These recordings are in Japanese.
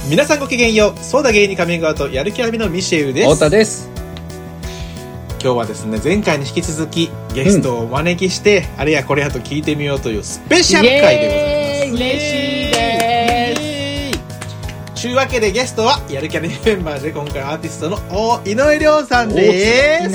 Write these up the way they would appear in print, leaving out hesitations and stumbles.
皆さんごきげんよう。そうだゲイにカミングアウトやる気ありみのミシェルです。 太田です。 今日はですね、前回に引き続きゲストをお招きして、あれやこれやと聞いてみようというスペシャル回でございます。 嬉しいです。 というわけでゲストはやる気ありみメンバーで今回アーティストの井上涼さんです。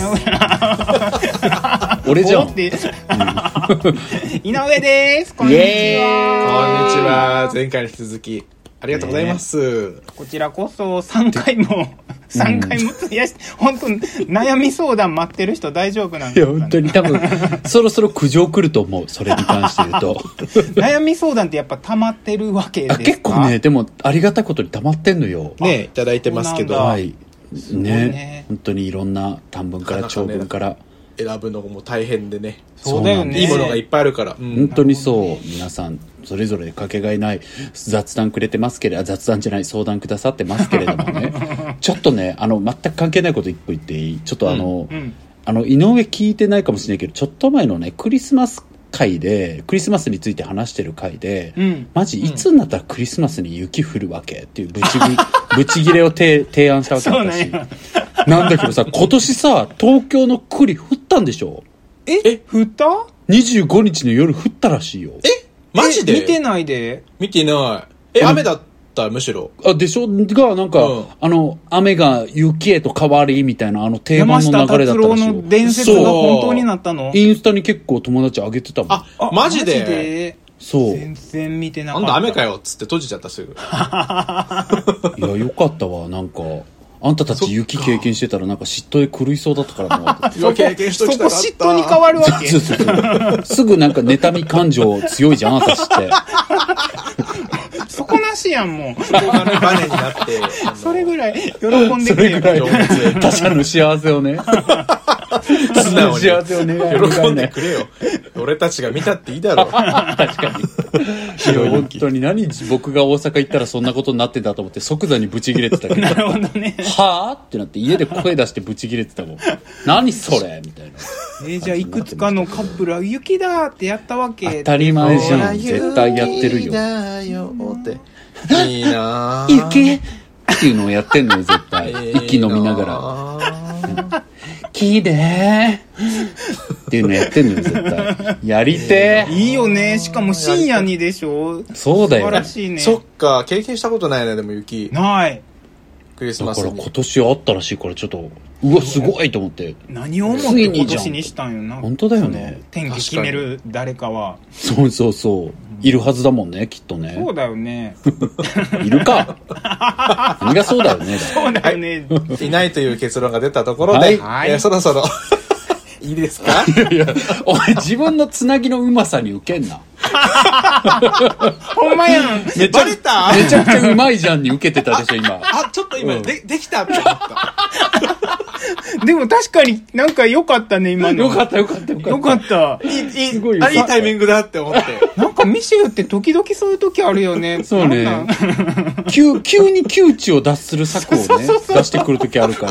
俺じゃん。 井上です。こんにちは。 こんにちは。前回に引き続きありがとうございます。 こちらこそ3回も費やして、本当に悩み相談待ってる人大丈夫なんですかね。 いや本当に多分そろそろ苦情来ると思う。それに関して言うと悩み相談ってやっぱ溜まってるわけですか。 結構ね、でもありがたいことに溜まってんのよ。 ね、いただいてますけど、 はいね、本当にいろんな短文から長文から選ぶのも大変でね。 そうだよね。 いいものがいっぱいあるから、 本当にそう。皆さんそれぞれかけがえない雑談くれてますけれど、雑談じゃない相談くださってますけれどもねちょっとね、全く関係ないこと一個言っていい？ちょっと井上聞いてないかもしれないけど、ちょっと前のねクリスマス回でクリスマスについて話してる回で、マジいつになったらクリスマスに雪降るわけっていうブチギレを提案したわけだったしなんだけどさ、今年さ東京の栗降ったんでしょ。 降った？ 25日の夜降ったらしいよ。 マジで？ 見てないで。 見てない。雨だったむしろ。 でしょが、なんか、雨が雪へと変わりみたいな、定番の流れだったらしいよ。 山下達郎の伝説が本当になったの？ インスタに結構友達上げてたもん。 マジで？ そう。 全然見てなかった。 なんだ雨かよっつって閉じちゃったすぐ。 いや、よかったわ。なんか、あんたたち雪経験してたらなんか嫉妬で狂いそうだったからもう経験しときたかった。 そこ嫉妬に変わるわけ。 すぐなんか妬み感情強いじゃん、あんたたちって底なしやん、もう。 バネになってそれぐらい喜んでくれよ。 他者の幸せをね素直に幸せを願い喜んでくれよ。俺たちが見たっていいだろう。 確かに。いや本当に何僕が大阪行ったらそんなことになってたと思って即座にブチギレてたけど。 なるほどね。 はぁってなって家で声出してブチギレてたもん。何それみたいな。 じゃあいくつかのカップルは雪だってやったわけ。 当たり前じゃん。絶対やってるよ。 いいな雪っていうのをやってんのよ絶対。息飲みながら。きれいっていうのやってんのよ絶対。やりていいよね。しかも深夜にでしょ。 そうだよ。 素晴らしいね。 そっか、経験したことないね。でも雪ないクリスマスに。 だから今年あったらしいからちょっとうわすごいと思って。 何を思って今年にしたんよな。 本当だよね。 天気決める誰かは。 そうそうそう、いるはずだもんねきっとね。 そうだよね。 いるか何がそうだよね。 そうだよね。 いないという結論が出たところで、そろそろいいですか。 いやお前自分のつなぎのうまさにウケんな。 ほんまやん。 バレた。 めちゃくちゃうまいじゃんにウケてたでしょ今。 ちょっと今、できたって思った。 でも確かになんか良かったね今の。 よかった。 良かった。 いいタイミングだって思って。 なんかミシェルって時々そういう時あるよね。 そうね。急に窮地を脱する策をね出してくる時あるから。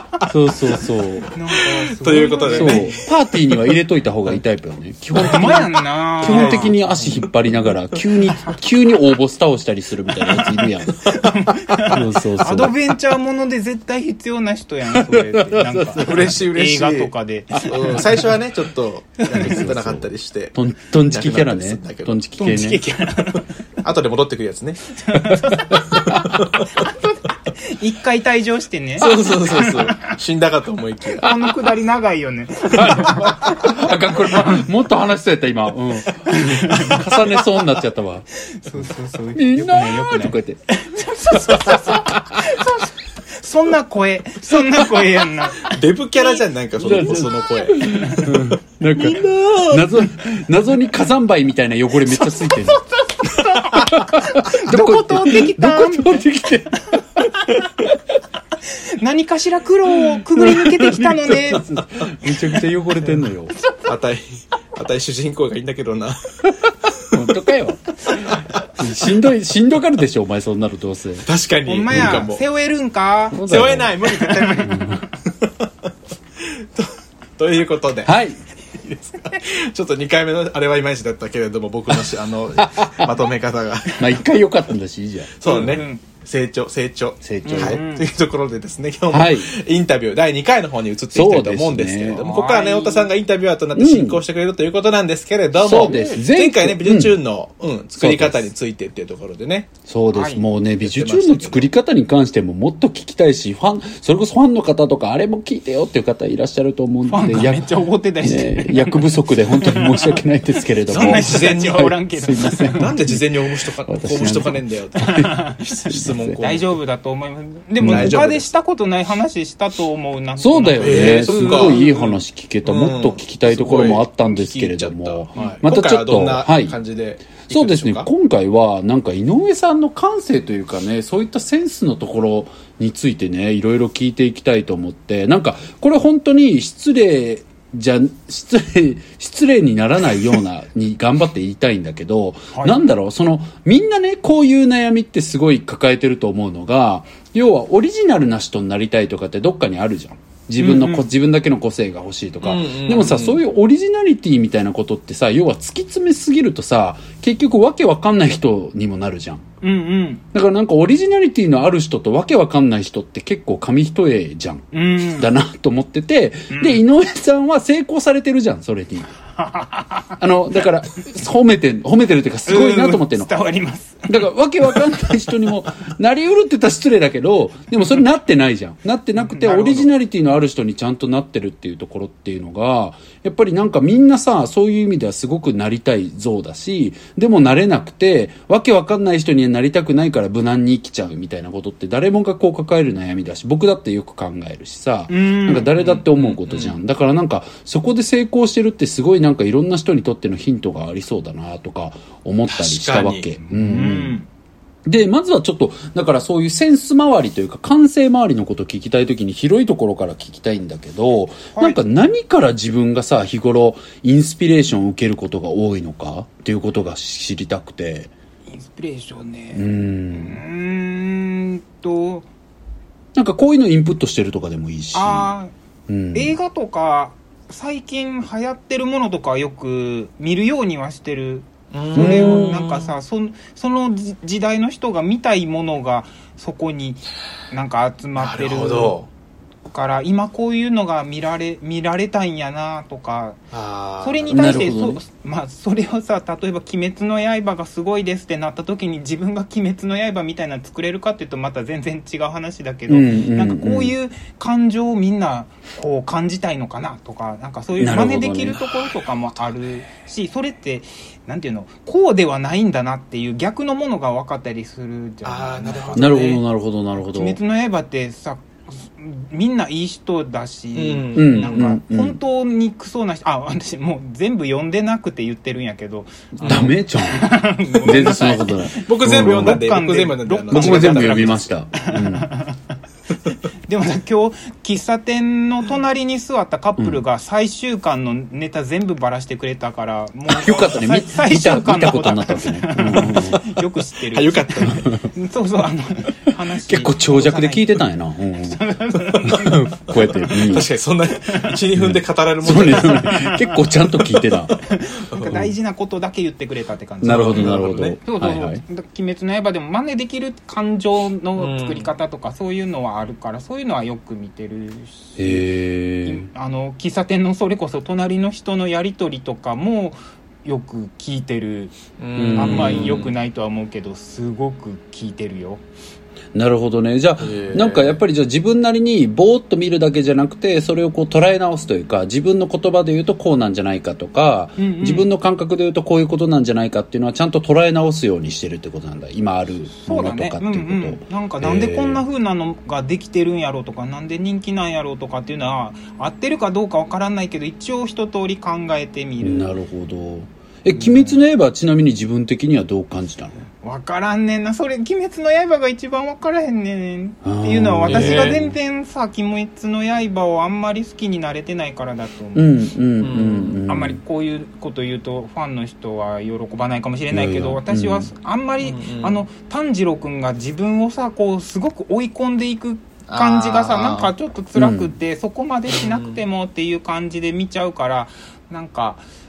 そう。 ということでね。 パーティーには入れといた方がいいタイプよね。基本的に足引っ張りながら急に応募スタをしたりするみたいなやついるやん。そう。 アドベンチャーもので絶対必要な人やんそれって。なんか嬉しい。 映画とかで。 最初はねちょっと役に立たなかったりして。 トンチキキャラね。トンチキ系ね。 後で戻ってくるやつね。 一回退場してね。 そう。死んだかと思いきや。 あのくだり長いよね。 あかん、これもっと話しそうやった今。重ねそうになっちゃったわ。 そう。 みんなーとか言って。 そんな声やんな。 デブキャラじゃん、なんかその声。 なんか謎に火山灰みたいな汚れめっちゃついてる。 どこ通ってきた？ どこ通ってきて？ 何かしら苦労をくぐり抜けてきたのね。 めちゃくちゃ汚れてんのよ。 あたい主人公がいいんだけどな。 本当かよ。しんどがるでしょお前そんなのどうせ。 確かに。 ほんまや。背負えるんか？ 背負えない。無理絶対無理。ということで。 はい。 いですか。ちょっと2回目のあれはいまいちだったけれども僕のまとめ方がまあ1回良かったんだしいいじゃん。 そうね、 成長、 成長はい、というところでですね、今日もインタビュー第2回の方に移っていきたいと思うんですけれども、ここからね、太田さんがインタビュアーとなって進行してくれるということなんですけれども、 そうです。 前回ね、ビジュチューンの、作り方についてっていうところでね。 そうです。もうね、ビジュチューンの作り方に関してももっと聞きたいし、それこそファンの方とか、あれも聞いてよっていう方いらっしゃると思うんで、 ファンがめっちゃ怒ってたりして、 役不足で本当に申し訳ないですけれども。 そんな自然にはおらんけど。 すいません。 なんで事前に応募しとかねえんだよって。質問大丈夫だと思います。でも他でしたことない話したと思うな。 そうだよね。すごいいい話聞けた。もっと聞きたいところもあったんですけれども、またちょっとどんな感じで、 そうですね。今回はなんか井上さんの感性というかね、そういったセンスのところについてね、いろいろ聞いていきたいと思って、なんかこれ本当に失礼にならないようなに頑張って言いたいんだけど、はい、なんだろう、みんなね、こういう悩みってすごい抱えてると思うのが、要はオリジナルな人になりたいとかってどっかにあるじゃん。自分だけの個性が欲しいとか、でもさ、そういうオリジナリティみたいなことってさ、要は突き詰めすぎるとさ、結局わけわかんない人にもなるじゃん。だからなんかオリジナリティのある人とわけわかんない人って結構紙一重じゃん。だなと思ってて、で、井上さんは成功されてるじゃん、それに。だから褒めてるっていうかすごいなと思ってるの。 伝わります。 だからわけわかんない人にもなりうるって言ったら失礼だけど、でもそれなってないじゃん。なってなくてオリジナリティのある人にちゃんとなってるっていうところっていうのが、やっぱりなんかみんなさ、そういう意味ではすごくなりたい像だし、でもなれなくて、わけわかんない人にはなりたくないから無難に生きちゃうみたいなことって誰もがこう抱える悩みだし、僕だってよく考えるしさ、なんか誰だって思うことじゃん。だからなんかそこで成功してるってすごいなんかいろんな人にとってのヒントがありそうだなとか思ったりしたわけ。で、まずはちょっと、だからそういうセンス周りというか感性周りのことを聞きたいときに広いところから聞きたいんだけど、なんか何から自分がさ、日頃インスピレーションを受けることが多いのかっていうことが知りたくて。 インスピレーションね。 なんかこういうのインプットしてるとかでもいいし。 映画とか、最近流行ってるものとかよく見るようにはしてる。それをなんかさ、その時代の人が見たいものがそこになんか集まってるから今こういうのが見られたんやなとか、それに対してそれをさ、例えば鬼滅の刃がすごいですってなった時に自分が鬼滅の刃みたいなの作れるかっていうとまた全然違う話だけど、なんかこういう感情をみんなこう感じたいのかなとか、なんかそういう真似できるところとかもあるし、それってなんていうの、こうではないんだなっていう逆のものが分かったりするじゃん。 なるほど。 鬼滅の刃ってさ、みんないい人だし、なんか本当にクソな人、私もう全部読んでなくて言ってるんやけど、 ダメじゃん。全然そんなことない。 僕全部読んだんで、 僕も全部読みました。 でもさ、今日喫茶店の隣に座ったカップルが最終巻のネタ全部バラしてくれたから、もうよかったね。 最終巻のことになったわけね。 よく知ってる。 よかったね。 そう話結構長尺で聞いてたんやな。こうやって。確かにそんな 1,2 分で語られるものね。結構ちゃんと聞いてた。 大事なことだけ言ってくれたって感じ。 なるほど。そう。 鬼滅の刃でも真似できる感情の作り方とかそういうのはあるから、そういうのはよく見てるし、喫茶店のそれこそ隣の人のやり取りとかもよく聞いてる。あんまり良くないとは思うけどすごく聞いてるよ。 なるほどね。じゃあなんかやっぱりじゃあ自分なりにぼーっと見るだけじゃなくて、それをこう捉え直すというか、自分の言葉で言うとこうなんじゃないかとか、自分の感覚で言うとこういうことなんじゃないかっていうのはちゃんと捉え直すようにしてるってことなんだ、今あるものとかっていうこと。 なんかなんでこんな風なのができてるんやろうとか、なんで人気なんやろうとかっていうのは合ってるかどうかわからないけど、一応一通り考えてみる。 なるほど。鬼滅の刃はちなみに自分的にはどう感じたの？ 分からんねんな、それ鬼滅の刃が一番分からへんねんっていうのは、私が全然さ、鬼滅の刃をあんまり好きになれてないからだと思う。あんまりこういうこと言うとファンの人は喜ばないかもしれないけど、私はあんまり炭治郎くんが自分をさ、こうすごく追い込んでいく感じがさ、なんかちょっと辛くて、そこまでしなくてもっていう感じで見ちゃうから、なんか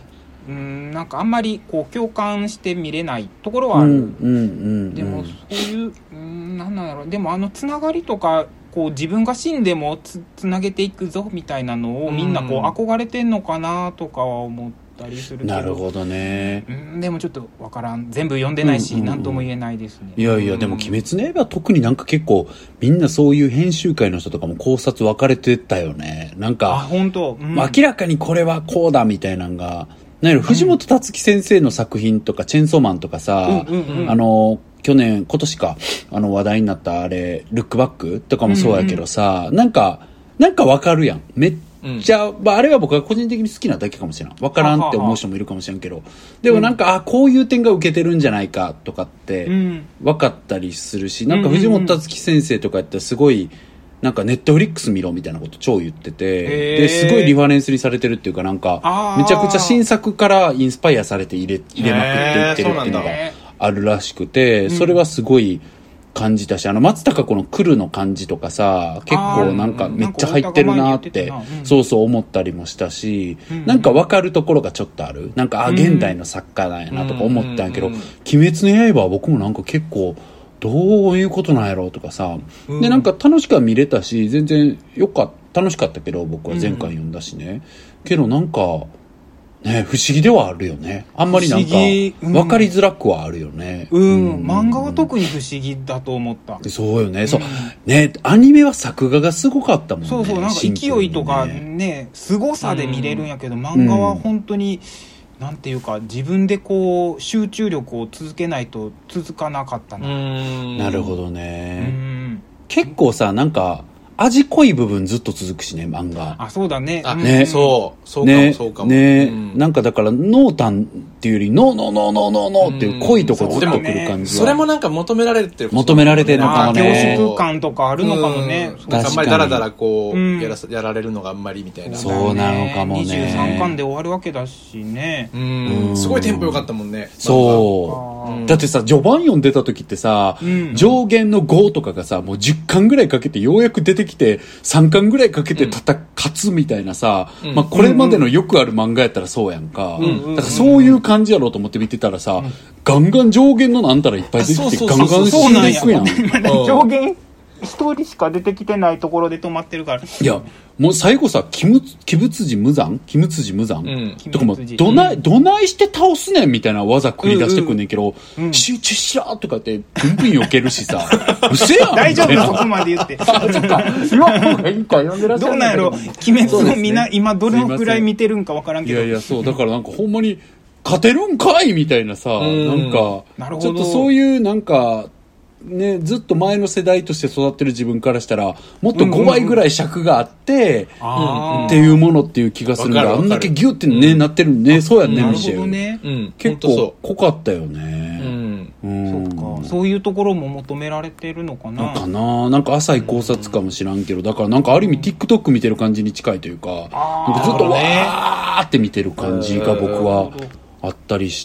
なんかあんまりこう共感して見れないところはある、でもそういうなんだろう、でもつながりとかこう自分が死んでもつなげていくぞみたいなのをみんなこう憧れてんのかなとかは思ったりするけど、 なるほどね、 でもちょっとわからん、全部読んでないし何とも言えないですね。 いやいや、でも鬼滅の刃特になんか結構みんなそういう編集会の人とかも考察分かれてたよね。なんか本当、 明らかにこれはこうだみたいなのが、なんやろ、藤本つ樹先生の作品とかチェンソーマンとかさ、今年か話題になったあれルックバックとかもそうやけどさ、なんか分かるやん、めっちゃ、あれは僕は個人的に好きなだけかもしれん、分からんって思う人もいるかもしれんけど、でもなんか、こういう点が受けてるんじゃないかとかって分かったりするし、なんか藤本つ樹先生とかやったらすごいなんかネットフリックス見ろみたいなこと超言ってて、ですごいリファレンスにされてるっていうか、なんかめちゃくちゃ新作からインスパイアされて入れまくっていってるっていうのがあるらしくて、それはすごい感じたし、松たか子の来るの感じとかさ、結構なんかめっちゃ入ってるなってそう思ったりもしたし、なんか分かるところがちょっとある、なんか現代の作家なんやなとか思ったんやけど、鬼滅の刃は僕もなんか結構どういうことなんやろうとかさ、でなんか楽しくは見れたし、全然楽しかったけど、僕は前回読んだしね、けどなんかね、不思議ではあるよね。あんまりなんか分かりづらくはあるよね。 漫画は特に不思議だと思った。 そうよね。そうね、アニメは作画がすごかったもんね。 そうなんか勢いとかね、凄さで見れるんやけど、漫画は本当になんていうか、自分でこう集中力を続けないと続かなかったな。 なるほどね。結構さ、なんか味濃い部分ずっと続くしね、漫画。 そうだね。 そうかも。 なんかだから濃淡っていうよりノーっていう濃いとこずっとくる感じは。 それもなんか求められてるのかもね。 凝縮感とかあるのかもね。 あんまりダラダラこうやられるのがあんまりみたいな。 そうなのかもね。 23巻で終わるわけだしね。 すごいテンポ良かったもんね。 だってさ、序盤読んでた時ってさ、上限の5とかがさ、もう10巻ぐらいかけてようやく出てきて、3巻ぐらいかけて勝つみたいなさ、これまでのよくある漫画やったらそうやんか。だからそういう感じやろうと思って見てたらさ、ガンガン上限のなんたらいっぱい出てきて、ガンガン死んでいくやん。 上限一人しか出てきてないところで止まってるから。 いや、もう最後さ、鬼仏寺無惨とかもどないして倒すねんみたいな技繰り出してくんねんけど、集中しろとかってブンブン避けるしさ、うせやん大丈夫そこまで言って。 そっか、言わん方がいいか、読んでらっしゃる。 どうなんやろ、鬼滅をみんな今どのくらい見てるんかわからんけど。 いや、そう、だからなんかほんまに勝てるんかいみたいなさ、なんか、ちょっとそういうなんか、ね、ずっと前の世代として育ってる自分からしたらもっと5倍ぐらい尺があって、っていうものっていう気がするんだ。あんだけギュってね、なってるね。そうやね、 なるほどね。 結構濃かったよね。 そうか、そういうところも求められてるのかな。 なんか浅い考察かもしらんけど、だからなんかある意味 TikTok 見てる感じに近いというか、なんかずっとわーって見てる感じが僕はあったりして、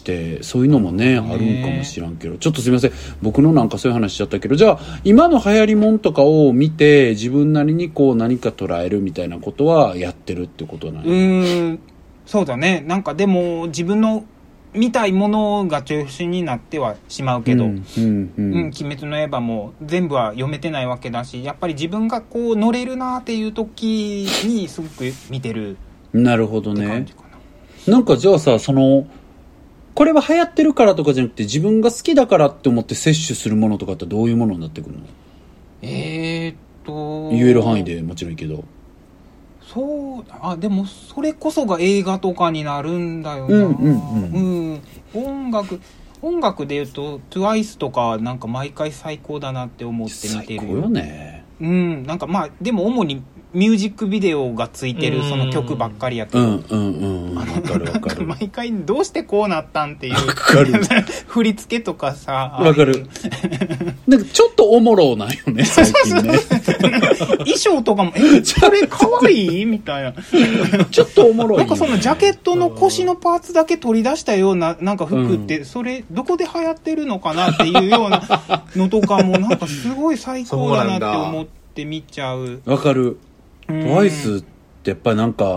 そういうのもね、あるんかもしらんけど、ちょっとすみません、僕のなんかそういう話しちゃったけど、じゃあ今の流行りもんとかを見て自分なりにこう何か捉えるみたいなことはやってるってことなんや。 そうだね。なんかでも自分の見たいものが中心になってはしまうけど、鬼滅の刃も全部は読めてないわけだし、やっぱり自分がこう乗れるなっていう時にすごく見てる。 なるほどね。なんかじゃあさ、これは流行ってるからとかじゃなくて自分が好きだからって思って摂取するものとかってどういうものになってくるの？言える範囲でもちろんいいけど。 でもそれこそが映画とかになるんだよな。音楽で言うと TWICE とかなんか毎回最高だなって思って見てる。 最高よね。 なんかまあでも主にミュージックビデオがついてるその曲ばっかりやけど、わかる。毎回どうしてこうなったんっていう振り付けとかさ、 わかる。なんかちょっとおもろなんよね最近ね。 衣装とかもこれかわいいみたいな。 ちょっとおもろい。 なんかそのジャケットの腰のパーツだけ取り出したようななんか服ってそれどこで流行ってるのかなっていうようなのとかもなんかすごい最高だなって思って見ちゃう。 わかる。TWICE ってやっぱりなんか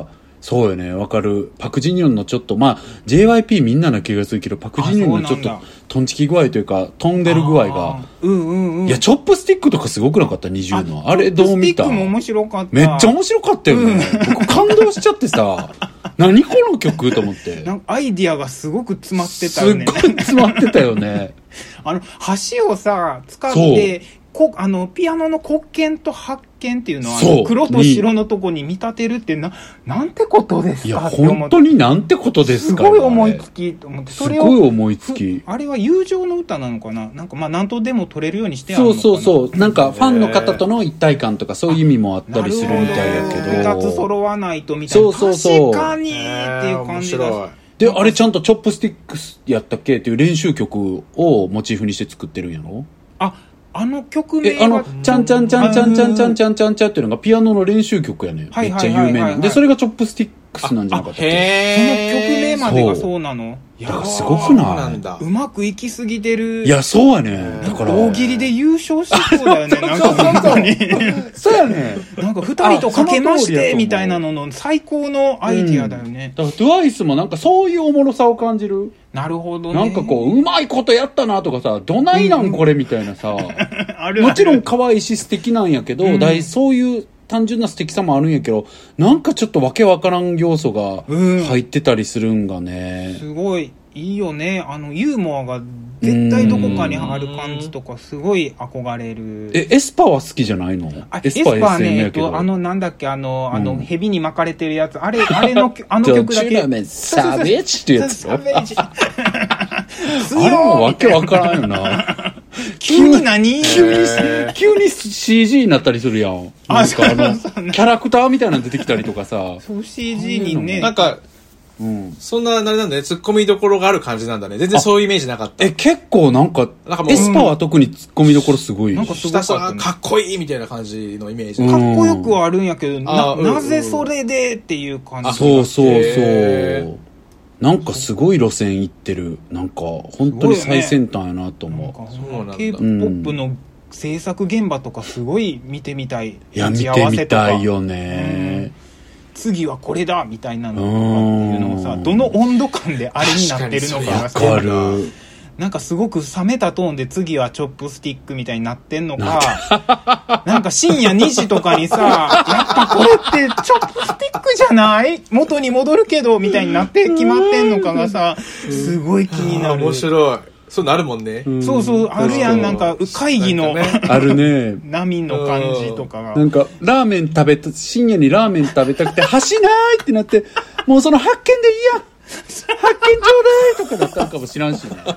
そうよね、わかる。パク・ジニョンのちょっと、まあ JYP みんなの気がするけど、パク・ジニョンのちょっとトンチキ具合というか飛んでる具合が、いやチョップスティックとかすごくなかった20のあれどう見た？ チョップスティックも面白かった。 めっちゃ面白かったよね、僕感動しちゃってさ何この曲と思ってなんかアイディアがすごく詰まってたよね。 すっごい詰まってたよね橋をさ使ってピアノの黒鍵と白鍵っていうのは黒と白のとこに見立てるってなんてことですかって思って。 いや本当になんてことですか。 すごい思いつきと思って。 それをすごい思いつき。 あれは友情の歌なのかな。なんかまあ何とでも取れるようにしてあるのかな。 そうなんかファンの方との一体感とかそういう意味もあったりするみたいだけど。 二つ揃わないとみたいな。 そう確かにっていう感じが。 であれちゃんとチョップスティックスやったっけっていう練習曲をモチーフにして作ってるんやろ。 あの曲名がちゃんちゃんちゃんちゃんちゃんちゃんちゃんちゃんちゃんっていうのがピアノの練習曲やねん。めっちゃ有名なんで、それがチョップスティックスなんじゃなかったっけ。 その曲名までがそうなの。 だからすごくない？ うまくいきすぎてる。 いやそうやね。だから大喜利で優勝しそうだよね。なんか本当にそうやね。 なんか二人とかけましてみたいなのの最高のアイディアだよね。 だから TWICE もなんかそういうおもろさを感じる。 なるほどね。 なんかこううまいことやったなとかさ、どないなんこれみたいなさ、 あるもちろん可愛いし素敵なんやけど、そういう単純な素敵さもあるんやけど、なんかちょっとわけわからん要素が入ってたりするんがね。 すごいいいよね。ユーモアが絶対どこかにある感じとかすごい憧れる。 エスパーは好きじゃないの？ エスパーね、なんだっけ、蛇に巻かれてるやつ、あれの曲だけ。 サベージってやつよ。 サベージ。 あれもわけわからんよな。 急に何？ 急に CG になったりするやん。なんかキャラクターみたいなの出てきたりとかさ。 そう CG にね。 なんか、そんなあれなんだね、突っ込みどころがある感じなんだね。全然そういうイメージなかった。 結構なんかエスパーは特に突っ込みどころすごい。 なんかひたすらかっこいいみたいな感じのイメージ。 かっこよくはあるんやけど、なぜそれでっていう感じ。 そうなんかすごい路線行ってる。なんか本当に最先端やなと思う。 そうなんだ。K-POP の制作現場とかすごい見てみたい。 いや見てみたいよね。 次はこれだみたいなのとかっていうのをさ、どの温度感であれになってるのかがさ、なんかすごく冷めたトーンで次はチョップスティックみたいになってんのか、なんか深夜2時とかにさ、やっぱこれってチョップスティックじゃない元に戻るけどみたいになって決まってんのかがさ、すごい気になる。 面白い。そうなるもんね。 そうあるやん。なんか会議のあるね。 波の感じとかがなんか深夜にラーメン食べたくて走ないってなって、もうその発見でいいや、発見ちょうだいとかだったのかもしらんしね。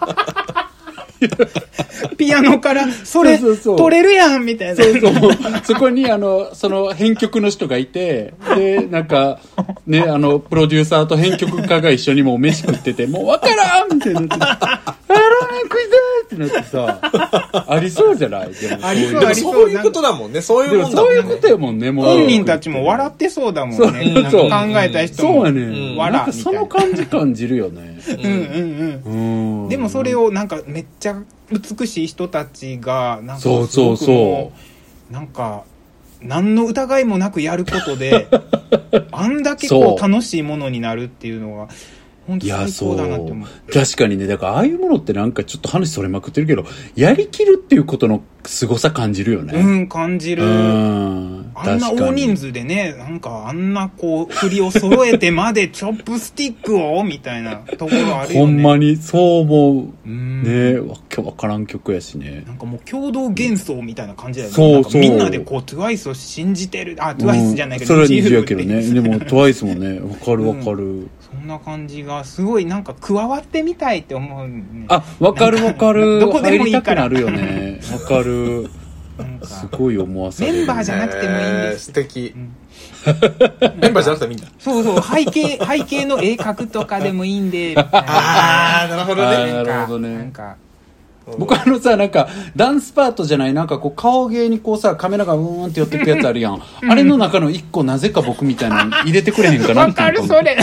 ピアノからそれ取れるやんみたいな。 そこにその編曲の人がいて、でなんかねプロデューサーと編曲家が一緒にもう飯食ってて、もうわからんみたいな。ラーメン食いたいってなってさ、ありそうじゃない？でもありそうそういうことだもんね。そういうもんだもんね。 そういうことやもんね。もう本人たちも笑ってそうだもんね。考えた人もそうやね。なんかその感じるよね。 でもそれをなんかめっちゃ美しい人たちがなんかそうなんか何の疑いもなくやることであんだけこう楽しいものになるっていうのが本当最高だなって思う。 確かにね。だからああいうものってなんかちょっと話それまくってるけど、やりきるっていうことの凄さ感じるよね。 感じる。あんな大人数でね、なんかあんなこう振りを揃えてまでチョップスティックをみたいなところあるよね。 ほんまにそう思う。ね、わけわからん曲やしね。 なんかもう共同幻想みたいな感じだよね。そうみんなでこう TWICE を信じてる。TWICE じゃないけど、 それは20やけどね。でも TWICE もね、わかる。 そんな感じがすごいなんか加わってみたいって思う、ね。 わかる。 どこでもいいから。 入りたくなるよね。わかる。すごい思わされる。 メンバーじゃなくてもいいんです。 素敵。メンバーじゃなくてもいいんだ。 そう背景の絵描くとかでもいいんで。 なるほどね。 なるほどね。なんか僕さ、なんかダンスパートじゃない、なんかこう顔芸にこうさ、カメラがうーんって寄ってくやつあるやん。あれの中の一個なぜか僕みたいなの入れてくれへんかなって。 わかるそれ。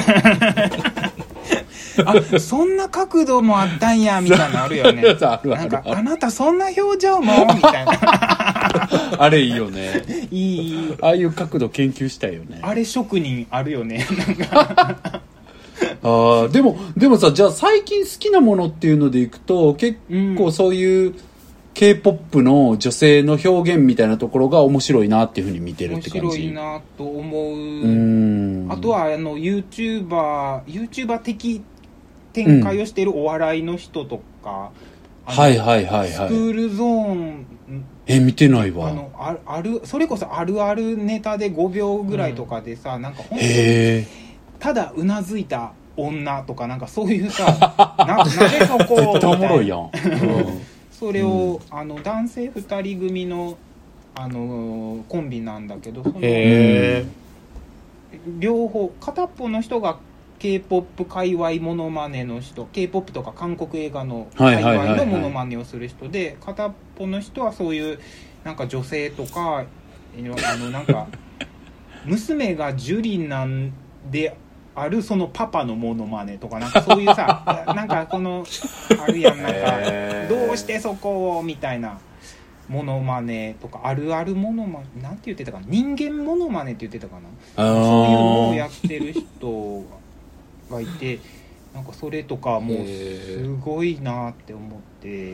そんな角度もあったんやみたいなのあるよね。なんかあなたそんな表情もみたいな。 あれいいよね。 いいああいう角度研究したいよね。 あれ職人あるよね。なんかあでもさ、じゃあ最近好きなものっていうのでいくと結構そういう K-POP の女性の表現みたいなところが面白いなっていうふうに見てるって感じ。 面白いなと思う。あとはYouTuber 的展開をしているお笑いの人とか、 はいはいはいはい。スクールゾーン見てないわ。 それこそあるあるネタで5秒ぐらいとかでさ、なんか本当にただうなずいた女とかなんかそういうさなぜそこ絶対おもろいやん。 それを、男性2人組の、コンビなんだけど、その両方片っぽの人が K-POP 界隈モノマネの人、 K-POP とか韓国映画の界隈のモノマネをする人で、片っぽの人はそういうなんか女性とかなんか娘がジュリなんであるそのパパのモノマネとかなんかそういうさなんかこのあるやん、なんかどうしてそこをみたいなモノマネとか、あるあるモノマネなんて言ってたかな、人間モノマネって言ってたかな、そういうのをやってる人がいて、なんかそれとかもうすごいなって思って。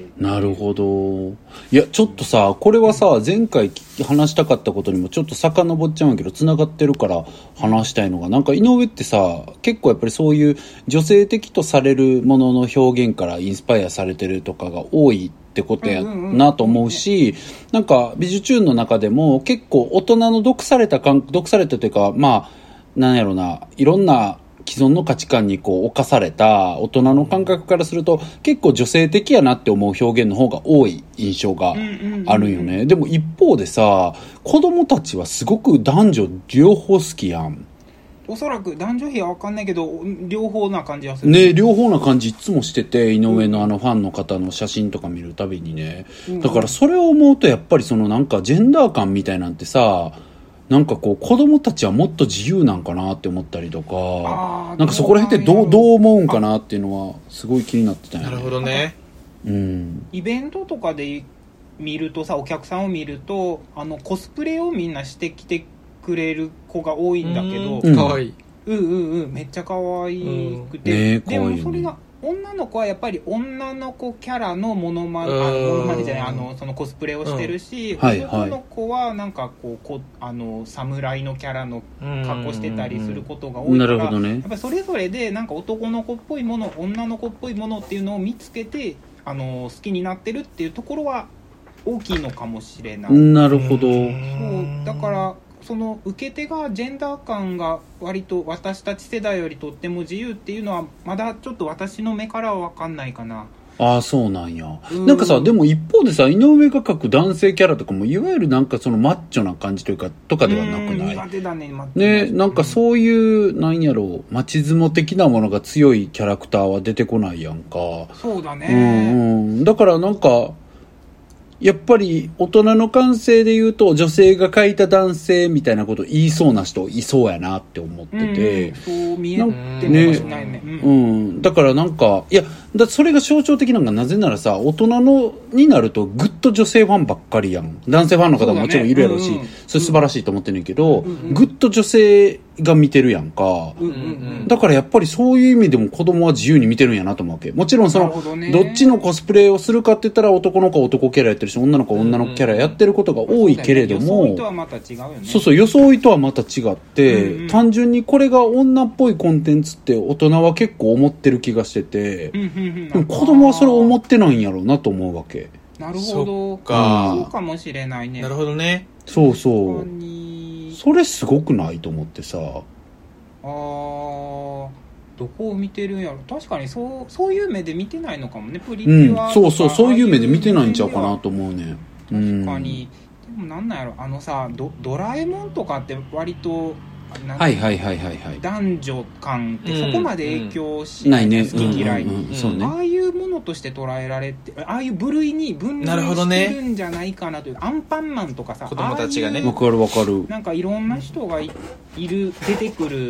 なるほど。いやちょっとさ、これはさ、前回話したかったことにもちょっと遡っちゃうんやけど繋がってるから話したいのが、なんか井上ってさ、結構やっぱりそういう女性的とされるものの表現からインスパイアされてるとかが多いってことやなと思うし、なんか美術チューンの中でも結構大人の毒されたというか、まあなんやろな、いろんな既存の価値観にこう侵された大人の感覚からすると結構女性的やなって思う表現の方が多い印象があるよね。でも一方でさ、子供たちはすごく男女両方好きやん。 おそらく男女比は分かんないけど両方な感じはするね。両方な感じいつもしてて、井上のファンの方の写真とか見るたびにね、だからそれを思うとやっぱりそのなんかジェンダー感みたいなんてさ、なんかこう子供たちはもっと自由なんかなって思ったりとか、なんかそこら辺ってどう思うんかなっていうのはすごい気になってたよね。 なるほどね。 イベントとかで見るとさ、お客さんを見るとコスプレをみんなしてきてくれる子が多いんだけど、 かわいい。 めっちゃかわいくて、でもそれが女の子はやっぱり女の子キャラのモノマネじゃない、そのコスプレをしてるし、男の子はなんかこう侍のキャラの格好してたりすることが多いから、やっぱりそれぞれでなんか男の子っぽいもの、女の子っぽいものっていうのを見つけて好きになってるっていうところは大きいのかもしれない。 なるほど。そうだからその受け手がジェンダー感が割と私たち世代よりとっても自由っていうのはまだちょっと私の目からは分かんないかな。 ああ、そうなんや。なんかさ、でも一方でさ、井上が描く男性キャラとかもいわゆるなんかそのマッチョな感じというかとかではなくない？ 苦手だね、マッチョ。ね、なんかそういうなんやろう、マチズモ的なものが強いキャラクターは出てこないやんか。 そうだね。 だからなんかやっぱり大人の感性で言うと女性が描いた男性みたいなこと言いそうな人いそうやなって思ってて、 そう見えてるかもしれないね。 だからなんかいやそれが象徴的なのが、なぜならさ、大人のになるとぐっと女性ファンばっかりやん。男性ファンの方ももちろんいるやろうし、それ素晴らしいと思ってんねんけど、ぐっと女性が見てるやんか。だからやっぱりそういう意味でも子供は自由に見てるんやなと思うわけ。もちろんそのどっちのコスプレをするかって言ったら、男の子は男キャラやってるし、女の子は女の子キャラやってることが多いけれども、 装いとはまた違うよね。 そう装いとはまた違って、単純にこれが女っぽいコンテンツって大人は結構思ってる気がしてて、でも子供はそれを思ってないんやろうなと思うわけ。 なるほど。そうかもしれないね。 なるほどね。 そうそれすごくないと思ってさ。 どこを見てるんやろ。確かにそういう目で見てないのかもね、プリキュアとか。 そういう目で見てないんちゃうかなと思うね。 確かに。でもなんなんやろ、さ、ドラえもんとかって割と男女間ってそこまで影響しない、好き嫌い、ああいうものとして捉えられて、ああいう部類に分類してるんじゃないかなという。アンパンマンとかさ、 子供たちがね、 わかるなんかいろんな人がいる出てくる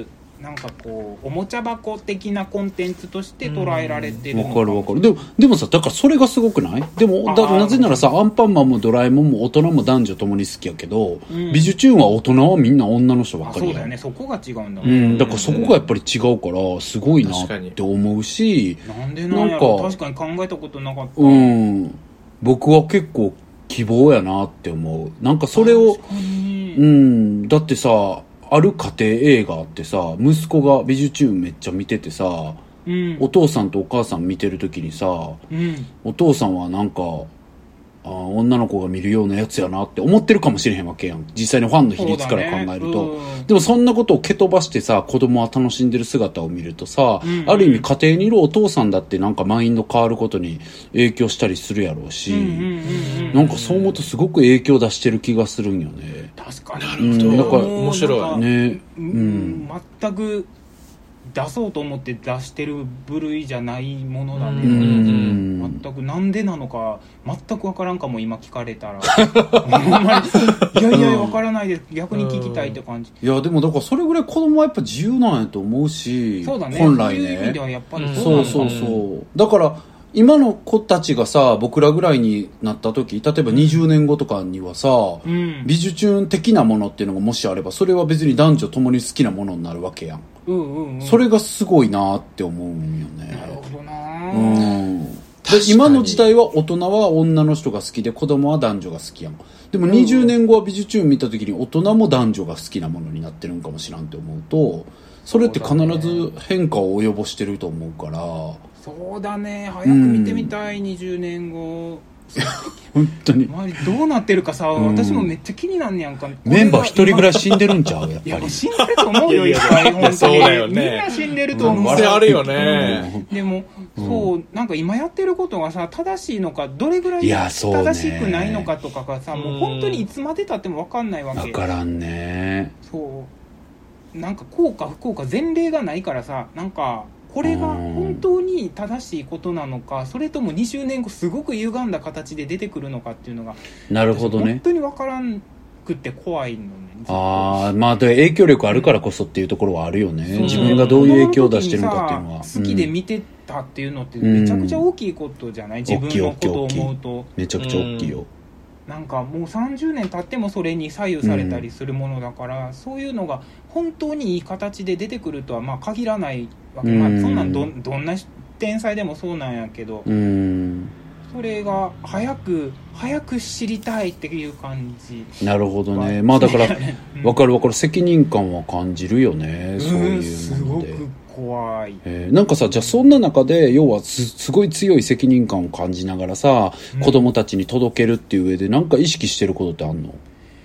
なんかこうおもちゃ箱的なコンテンツとして捉えられてるのか。 わかるわかる。でもさ、だからそれがすごくない？でもなぜならさ、アンパンマンもドラえもんも大人も男女ともに好きやけど、ビジュチューンは大人はみんな女の人ばっかりや。 そうだよね、そこが違うんだもん。だからそこがやっぱり違うからすごいなって思うし、 なんでなんやろ、確かに考えたことなかった。 僕は結構希望やなって思う。なんかそれを、だってさ、ある家庭映画ってさ、息子がビジュチューンめっちゃ見ててさ、お父さんとお母さん見てる時にさ、お父さんはなんか女の子が見るようなやつやなって思ってるかもしれへんわけやん、実際にファンの比率から考えると、でもそんなことを蹴飛ばしてさ、子供は楽しんでる姿を見るとさ、ある意味家庭にいるお父さんだってなんかマインド変わることに影響したりするやろうし、なんかそう思うとすごく影響出してる気がするんよね。 確かに、だから面白いね。 全く出そうと思って出してる部類じゃないものだね。全くなんでなのか全く分からんかも。今聞かれたらいや分からないです、逆に聞きたいって感じ。 いやでもだからそれぐらい子供はやっぱ自由なんやと思うし、 そうだね、 本来ね、 そういう意味ではやっぱりそうだから今の子たちがさ、僕らぐらいになった時、例えば20年後とかにはさ、ビジュチューン的なものっていうのがもしあれば、それは別に男女ともに好きなものになるわけやん。それがすごいなって思うんよね。 なるほどな。 今の時代は大人は女の人が好きで子供は男女が好きやん。でも20年後はビジュチューン見た時に大人も男女が好きなものになってるんかもしらんって思うと、それって必ず変化を及ぼしてると思うから。 そうだね、早く見てみたい、20年後本当に周りどうなってるかさ、私もめっちゃ気になんねやんか。 メンバー一人ぐらい死んでるんちゃう？やっぱり。 いや死んでると思うよ、いっぱい。本当にそうだよね、 みんな死んでると思う。 あるよね。 でも、そうなんか今やってることがさ、正しいのかどれぐらい正しくないのかとかがさ、もう本当にいつまでたっても分かんないわけ。 分からんね。 そうなんか効か不効か前例がないからさ、なんかこれが本当に正しいことなのか、それとも20年後すごく歪んだ形で出てくるのかっていうのが、 なるほどね、 本当に分からんくって怖いのね。 まあ影響力あるからこそっていうところはあるよね。自分がどういう影響を出してるのかっていうのは、 好きで見てたっていうのってめちゃくちゃ大きいことじゃない？自分のことを思うとめちゃくちゃ大きいよ。 なんかもう30年経ってもそれに左右されたりするものだから、そういうのが本当にいい形で出てくるとはまあ限らないわけ。そんなん どんな天才でもそうなんやけど、それが早く知りたいっていう感じ。 なるほどね。まあだから分かる責任感は感じるよね、そういうので。 すごく怖い。 なんかさ、じゃあそんな中で要はすごい強い責任感を感じながらさ、子供たちに届けるっていう上でなんか意識してることってあんの？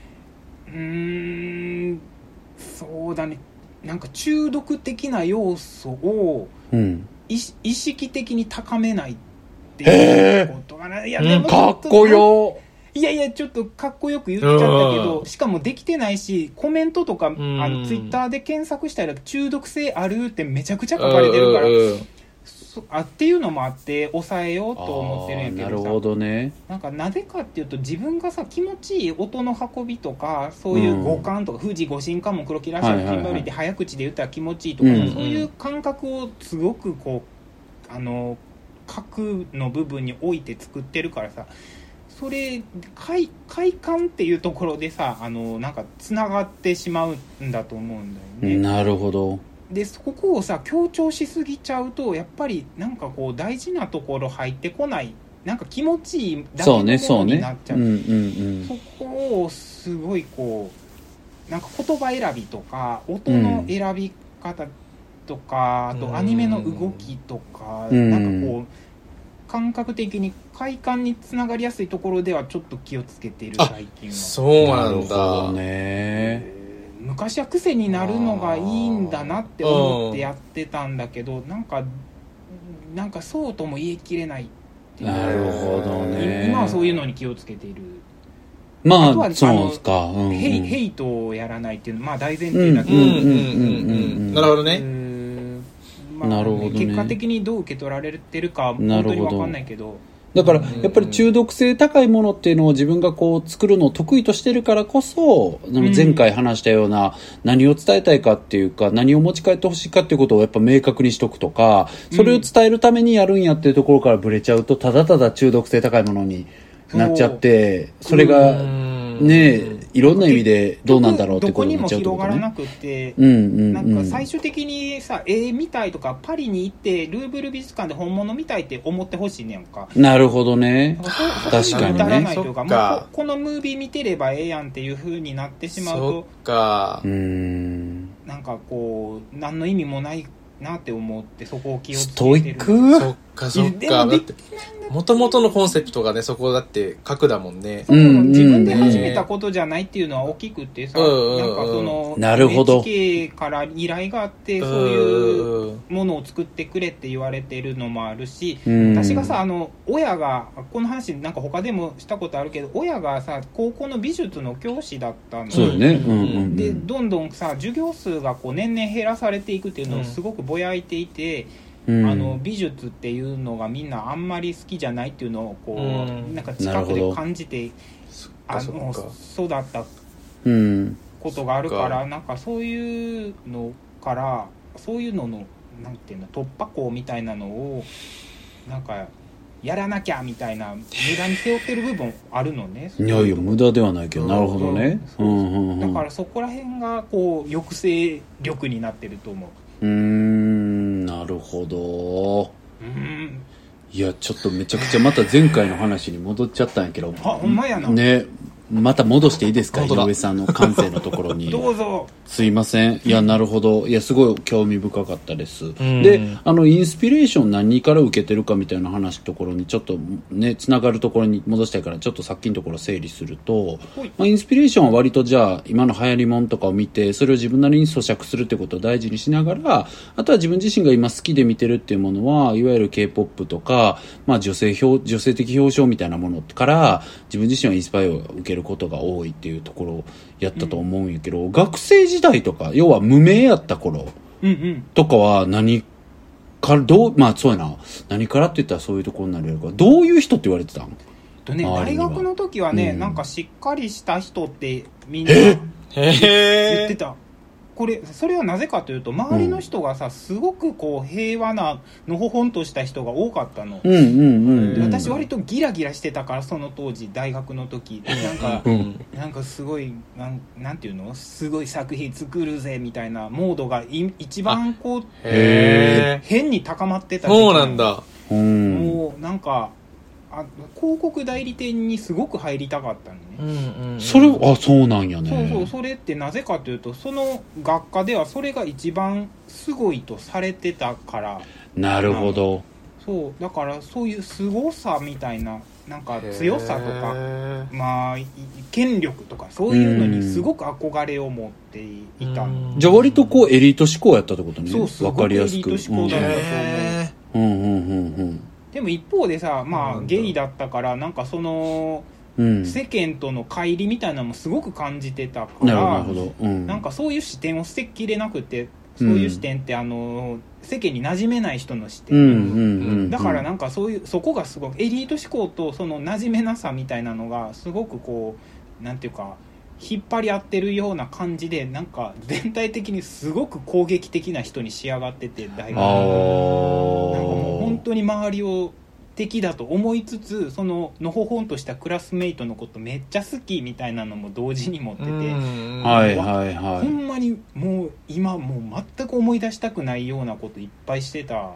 そうだね、なんか中毒的な要素を意識的に高めないっていうことがね。いやでもかっこよ。 いやちょっとかっこよく言っちゃったけど、しかもできてないし、コメントとかツイッターで検索したら中毒性あるってめちゃくちゃ書かれてるからっていうのもあって抑えようと思ってるんやけどさ。 なるほどね。 なんかなぜかっていうと、自分がさ気持ちいい音の運びとか、そういう五感とか、富士五神感も黒木らしい金馬よりって早口で言ったら気持ちいいとか、そういう感覚をすごくこう核の部分に置いて作ってるからさ、それ快感っていうところでさ、なんかつながってしまうんだと思うんだよね。 なるほど。 でそこをさ強調しすぎちゃうと、やっぱりなんかこう大事なところ入ってこない、なんか気持ちいいだけのものになっちゃう。そこをすごいこうなんか言葉選びとか音の選び方とか、あとアニメの動きとか、なんかこう感覚的に快感につながりやすいところではちょっと気をつけている最近は。 そうなんだ。 なるほどね。 昔は癖になるのがいいんだなって思ってやってたんだけど、なんかそうとも言い切れないっていう。 なるほどね。 今はそういうのに気をつけている。 まあとはそうですか、 ヘイトをやらないっていうのまあ大前提だけど、 なるほどね。 まあ、なるほどね。結果的にどう受け取られてるかは本当に分かんないけど、 だからやっぱり中毒性高いものっていうのを自分がこう作るのを得意としてるからこそ、前回話したような何を伝えたいかっていうか、何を持ち帰ってほしいかっていうことをやっぱ明確にしとくとか、それを伝えるためにやるんやっていうところからブレちゃうと、ただただ中毒性高いものになっちゃって、それがね、いろんな意味でどうなんだろうってことになっちゃうってことね。 どこにも広がらなくって、なんか最終的にさ、見たいとかパリに行ってルーブル美術館で本物見たいって思ってほしいねんか。 なるほどね。確かにね。 もうこのムービー見てればええやんっていう風になってしまうと、 そっか。 なんかこう何の意味もないなって思って、そこを気をつけてる。 ストイック。 そっかそっか。だって元々のコンセプトがね、そこだって核だもんね。 自分で始めたことじゃないっていうのは大きくってさ、なんかそのなるほど NHK から依頼があって、そういうものを作ってくれって言われてるのもあるし、私がさ、親がこの話なんか他でもしたことあるけど、親がさ高校の美術の教師だったの。 そうね。 でどんどんさ授業数がこう年々減らされていくっていうのをすごくぼやいていて。美術っていうのがみんなあんまり好きじゃないっていうのをこう、なんか近くで感じて育ったことがあるから、なんかそういうのからそういうののなんていうの突破口みたいなのをなんかやらなきゃみたいな無駄に背負ってる部分あるのね。 いやいや無駄ではないけど、なるほどね。 だからそこら辺がこう抑制力になってると思う。 なるほど。いやちょっとめちゃくちゃまた前回の話に戻っちゃったんやけど、 ほんまやなね。また戻していいですか、井上さんの感性のところに。 どうぞ。 すいません。いや、なるほど。いや、すごい興味深かったです。で、インスピレーション何から受けてるかみたいな話のところに、ちょっとね、つながるところに戻したいから、ちょっとさっきのところ整理すると、インスピレーションは割とじゃあ、今の流行りもんとかを見て、それを自分なりに咀嚼するってことを大事にしながら、あとは自分自身が今好きで見てるっていうものは、いわゆる K-POP とか、女性的表彰みたいなものから、自分自身はインスパイアを受けることが多いっていうところをやったと思うんやけど、学生時代とか要は無名やった頃とかは何からそうやな、何からって言ったらそういうところになるやろから、どういう人って言われてたん？ 大学の時はね、なんかしっかりした人ってみんな言ってた。それはなぜかというと、周りの人がさ、すごくこう平和なのほほんとした人が多かったの。私割とギラギラしてたから、その当時大学の時なんかすごいなんていうの、すごい作品作るぜみたいなモードが一番こう変に高まってた。 そうなんだ。 もうなんか広告代理店にすごく入りたかったのね。 それそうなんやね。 そうそれってなぜかというと、その学科ではそれが一番すごいとされてたから。 なるほど。 そうだからそういうすごさみたいな、なんか強さとか権力とかそういうのにすごく憧れを持っていたの。 じゃあ割とこうエリート志向やったってことね。 そう、すごくエリート志向だったと思う。でも一方でさ、ゲイだったから、なんかその、世間との乖離みたいなのもすごく感じてたから、なんかそういう視点を捨てきれなくて、そういう視点って世間に馴染めない人の視点、だからなんかそこがすごくエリート志向とその馴染めなさみたいなのがすごくこうなんていうか引っ張り合ってるような感じで、なんか全体的にすごく攻撃的な人に仕上がってて、大学なんかもう本当に周りを敵だと思いつつ、そののほほんとしたクラスメイトのことめっちゃ好きみたいなのも同時に持ってて、ほんまにもう今もう全く思い出したくないようなこといっぱいしてた。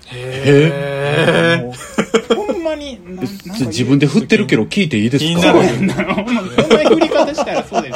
ほんまに自分で振ってるけど聞いていいですか？ こんな振り方したらそうです。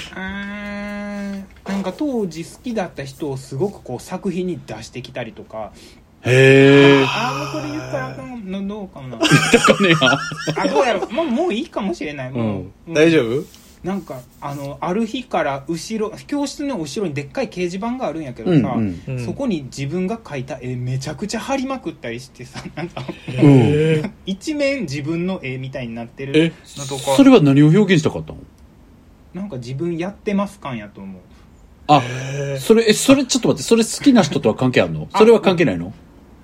なんか当時好きだった人をすごくこう作品に出してきたりとか。これ言ったらどうかな。どうやろう、もういいかもしれない。 大丈夫？ なんかある日から教室の後ろにでっかい掲示板があるんやけどさ、そこに自分が描いた絵めちゃくちゃ貼りまくったりしてさ、なんか一面自分の絵みたいになってるのとか。 それは何を表現したかったの？ なんか自分やってます感やと思う。 それちょっと待って、それ好きな人とは関係あるの？それは関係ないの？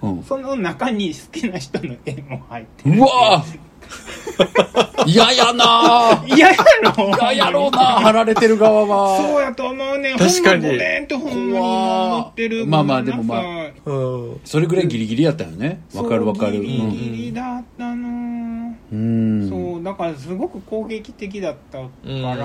その中に好きな人の絵も入ってる。 うわ嫌やな嫌やろ嫌やろうな貼られてる側は。 そうやと思うね。 確かにほんまごめんってほんまに思ってる。 まあまあでもまあうんそれぐらいギリギリやったよね。わかるわかる。 ギリギリだったの、そうだからすごく攻撃的だったから、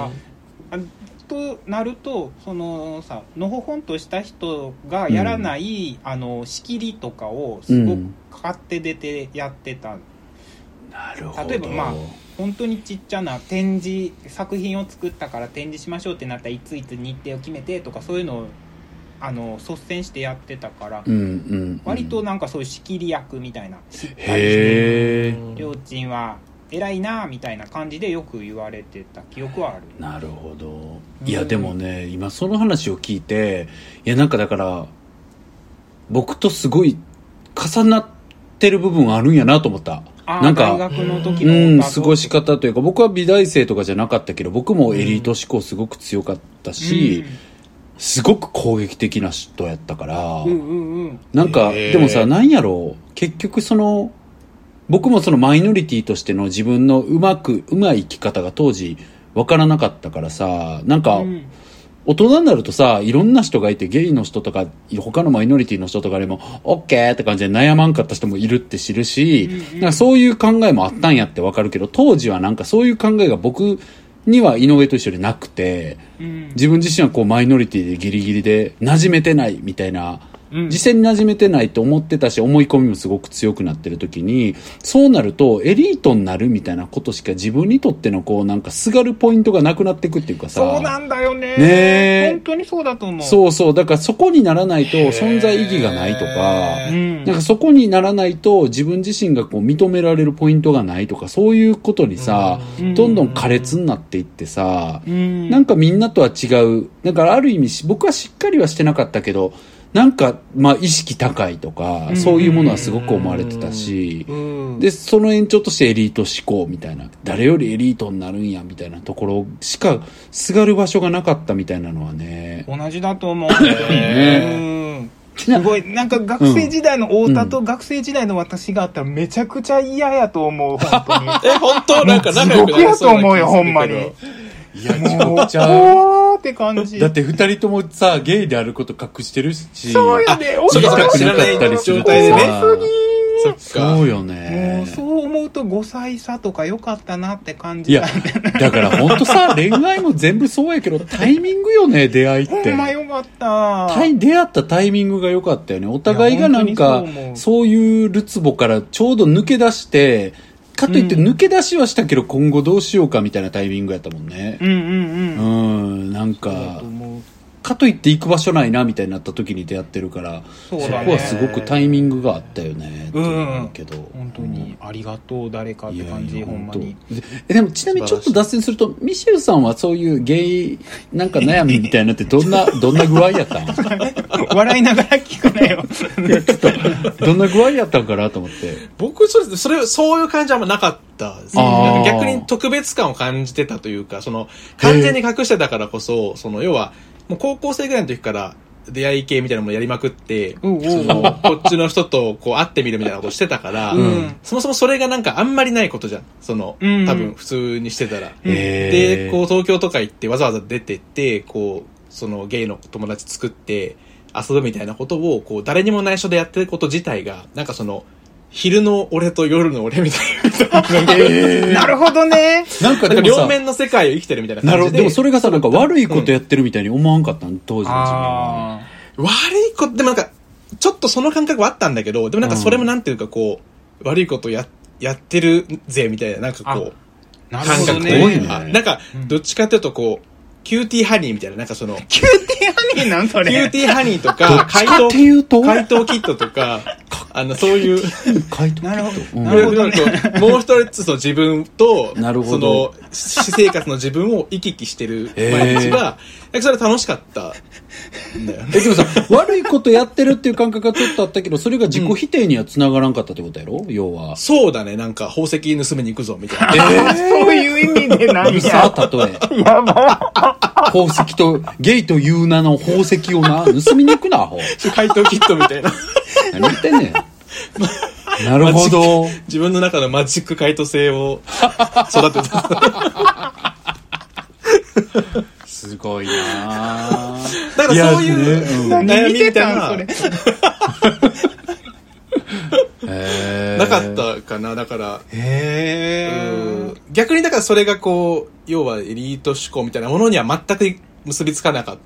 となるとそのさのほほんとした人がやらない、仕切りとかをすごく買って出てやってた、 なるほど。 例えばまあ本当にちっちゃな展示作品を作ったから展示しましょうってなったらいついつ日程を決めてとかそういうのを率先してやってたから、割となんかそういう仕切り役みたいなしっかりしてりょーちんは偉いなみたいな感じでよく言われてた記憶はある。 なるほど。いやでもね今その話を聞いていやなんかだから僕とすごい重なってる部分あるんやなと思った。なんか大学の時の過ごし方というか僕は美大生とかじゃなかったけど僕もエリート志向すごく強かったし、すごく攻撃的な人やったから、なんかでもさなんやろう結局その僕もそのマイノリティとしての自分のうまい生き方が当時分からなかったからさなんか、大人になるとさいろんな人がいてゲイの人とか他のマイノリティの人とかでも OK って感じで悩まんかった人もいるって知るし、なんかそういう考えもあったんやって分かるけど当時はなんかそういう考えが僕には井上と一緒でなくて、自分自身はこうマイノリティでギリギリで馴染めてないみたいな、実際に馴染めてないと思ってたし思い込みもすごく強くなってる時にそうなるとエリートになるみたいなことしか自分にとってのこうなんかすがるポイントがなくなっていくっていうかさ。 そうなんだよね。本当にそうだと思う。 そうそうだからそこにならないと存在意義がないとか、なんかそこにならないと自分自身がこう認められるポイントがないとかそういうことにさ、どんどん苛烈になっていってさ、なんかみんなとは違うだからある意味僕はしっかりはしてなかったけどなんかまあ意識高いとかそういうものはすごく思われてたし、でその延長としてエリート志向みたいな誰よりエリートになるんやみたいなところしかすがる場所がなかったみたいなのはね同じだと思うね。すごいなんか学生時代の太田と学生時代の私があったらめちゃくちゃ嫌やと思う本当に。 本当なんか仲良くなりそうな気がするけど。地獄やと思うよほんまに。 いや地獄ちゃうって感じだって二人ともさゲイであること隠してるしそうよね知りたくなかったりするとさそっかそうよねもうそう思うと5歳差とか良かったなって感じいやだから本当さ恋愛も全部そうやけどタイミングよね出会いってほんま良かった出会ったタイミングが良かったよねお互いがなんかそういうるつぼからちょうど抜け出してかといって抜け出しはしたけど今後どうしようかみたいなタイミングやったもんね。なんかかといって行く場所ないなみたいになった時に出会ってるからそこはすごくタイミングがあったよねって思うけど本当にありがとう誰かって感じほんまにでもちなみにちょっと脱線するとミシェルさんはそういうゲイなんか悩みみたいなってどんな具合やったん笑いながら聞くなよちょっとどんな具合やったんかなと思って僕そういう感じはあんまなかったですね。なんか逆に特別感を感じてたというかその完全に隠してたからこそその要はもう高校生ぐらいの時から出会い系みたいなものやりまくって、こっちの人とこう会ってみるみたいなことをしてたから、そもそもそれがなんかあんまりないことじゃん。多分普通にしてたら。で、こう東京とか行ってわざわざ出てって、こう、そのゲイの友達作って遊ぶみたいなことを、こう誰にも内緒でやってること自体が、なんかその、昼の俺と夜の俺みたいな。なるほどね。 なんかでもさ、 両面の世界を生きてるみたいな感じで。 なるほど。でもそれがさ、なんか悪いことやってるみたいに思わんかったの、当時の自分は。 悪いこと、でもなんか、ちょっとその感覚はあったんだけど、でもなんかそれもなんていうかこう、悪いことやってるぜみたいな、なんかこう、 感覚ね。 多いね。 なんか、どっちかっていうとこう、キューティーハニーみたいな、なんかその、 キューティーハニーなんそれキューティーハニーとか、怪盗キットとか、そういう、 なるほど。 なるほどね。もう一つその自分と、その、私生活の自分を行き来してる毎日が、それ楽しかったんだよね。 でもさ、悪いことやってるっていう感覚がちょっとあったけど、それが自己否定には繋がらんかったってことやろ要は。 そうだね、なんか宝石盗みに行くぞ、みたいな。 そういう意味で何や。 さあ、例え。やば。宝石と、ゲイという名の宝石を盗みに行くな、アホ。 怪盗キットみたいな。 何言ってんねん。 なるほど。 自分の中のマジック回答性を育てた。 すごいなだからそういう悩みみたいな。なかったかな。だから逆にだからそれがこう要はエリート志向みたいなものには全く結びつかなかった。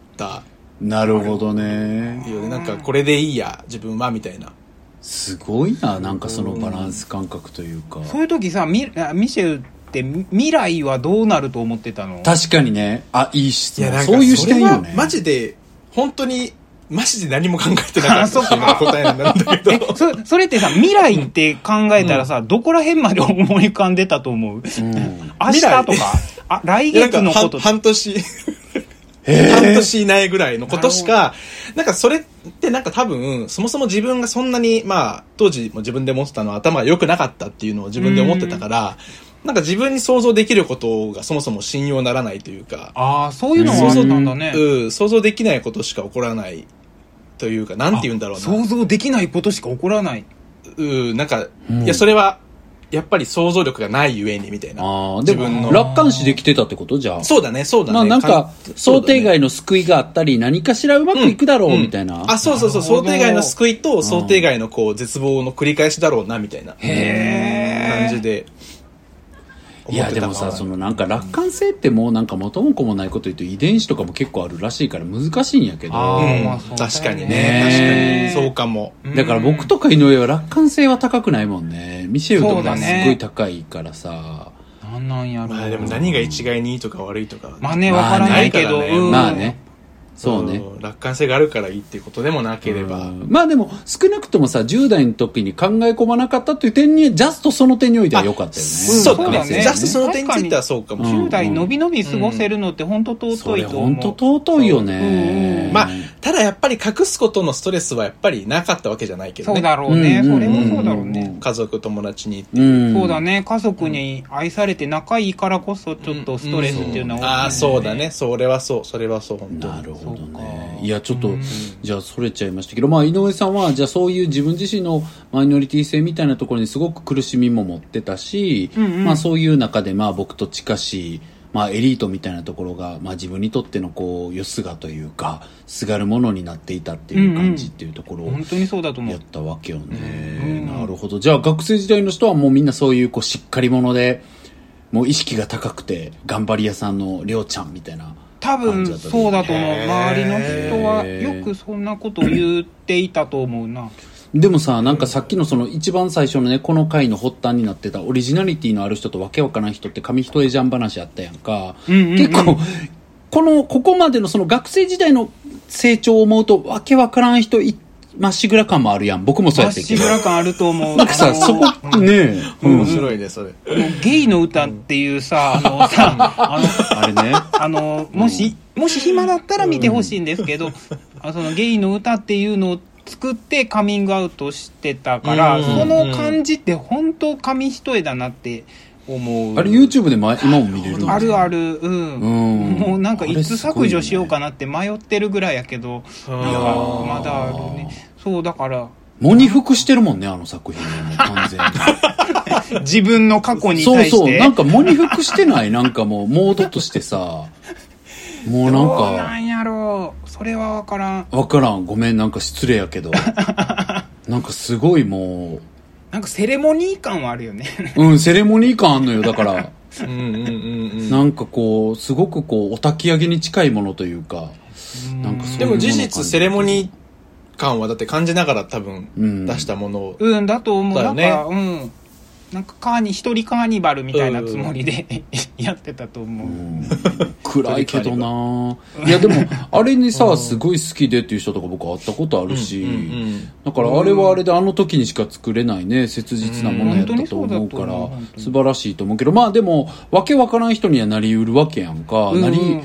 なるほどね。 なんかこれでいいや自分はみたいな。 すごいな。なんかそのバランス感覚というか。 そういう時さミシェルって未来はどうなると思ってたの？ 確かにね。いい質問。 いやそういう視点よね。 マジで本当にマジで何も考えてなかったっていうのが答えなんだけどそれってさ未来って考えたらさ、どこら辺まで思い浮かんでたと思う？明日とか来月のこと半年半年以内ぐらいのことしかなんかそれってなんか多分そもそも自分がそんなに当時も自分で思ってたのは頭が良くなかったっていうのを自分で思ってたからなんか自分に想像できることがそもそも信用ならないというかそういうのがあったんだね。 想像できないことしか起こらないというかなんて言うんだろうな想像できないことしか起こらないなんか、いやそれはやっぱり想像力がないゆえにみたいな。 自分の楽観視できてたってことじゃあ。 そうだね。 なんか想定外の救いがあったり何かしらうまくいくだろうみたいな。 そう想定外の救いと想定外のこう絶望の繰り返しだろうなみたいな感じで。 いやでもさそのなんか楽観性ってもうなんか元も子もないこと言うと遺伝子とかも結構あるらしいから難しいんやけど、 確かにね確かにそうかも。 だから僕とか井上は楽観性は高くないもんね。ミシェルとかすごい高いからさ、 なんやろう。 でも何が一概にいいとか悪いとかわからないけどそうね。 楽観性があるからいいっていうことでもなければ。 でも少なくともさ、10代の時に考え込まなかったっていう点に、ジャストその点においては良かったよね。 そうだね。ジャストその点についてはそうかも。 10代伸び伸び過ごせるのって本当尊いと思う。 本当尊いよね。 ただやっぱり隠すことのストレスはやっぱりなかったわけじゃないけどね。 そうだろうね。それもそうだろうね。 家族、友達に。 そうだね。家族に愛されて仲いいからこそちょっとストレスっていうのは大きい。 そうだね。それはそう、本当に。 なるほどね。いやちょっとじゃあそれちゃいましたけど、井上さんはじゃあそういう自分自身のマイノリティ性みたいなところにすごく苦しみも持ってたし、そういう中で僕と近しいエリートみたいなところが自分にとってのこうよすがというかすがるものになっていたっていう感じっていうところを本当にそうだと思う。 やったわけよね。なるほど。じゃあ学生時代の人はもうみんなそういうしっかり者でもう意識が高くて頑張り屋さんのりょうちゃんみたいな。 多分そうだと思う。周りの人はよくそんなことを言っていたと思うな。 でもさ、なんかさっきのその一番最初のね、この回の発端になってたオリジナリティのある人とわけわからん人って紙一重ジャン話あったやんか。結構ここまでのその学生時代の成長を思うとわけわからん人まっしぐら感もあるやん。僕もそうやってまっしぐら感あると思う。 なんかさ、そこね面白いねそれ。 ゲイの歌っていうさ、 あれね。 もし暇だったら見てほしいんですけど、そのゲイの歌っていうのを作ってカミングアウトしてたから、その感じって本当紙一重だなって思う。 あれ YouTube で今も見れる？ あるある。もうなんかいつ削除しようかなって迷ってるぐらいやけど、まだあるね。そうだから喪に服してるもんね、あの作品はもう完全に。 自分の過去に対して。 そうなんか喪に服してない？なんかもうモードとしてさ、もうなんか。 どうなんやろう。それは分からん。 ごめん、なんか失礼やけど。なんかすごいもう。 なんかセレモニー感はあるよね。 セレモニー感あんのよ、だから。なんかこう、すごくこう、お焚き上げに近いものというか。なんかそういうでも事実セレモニー感はだって感じながら多分出したものだと思う。 だよね。 なんか一人カーニバルみたいなつもりでやってたと思う。 暗いけどな。いやでもあれにさすごい好きでっていう人とか僕会ったことあるし、だからあれはあれであの時にしか作れないね切実なものやったと思うから素晴らしいと思うけど、でもわけわからん人にはなりうるわけやんか。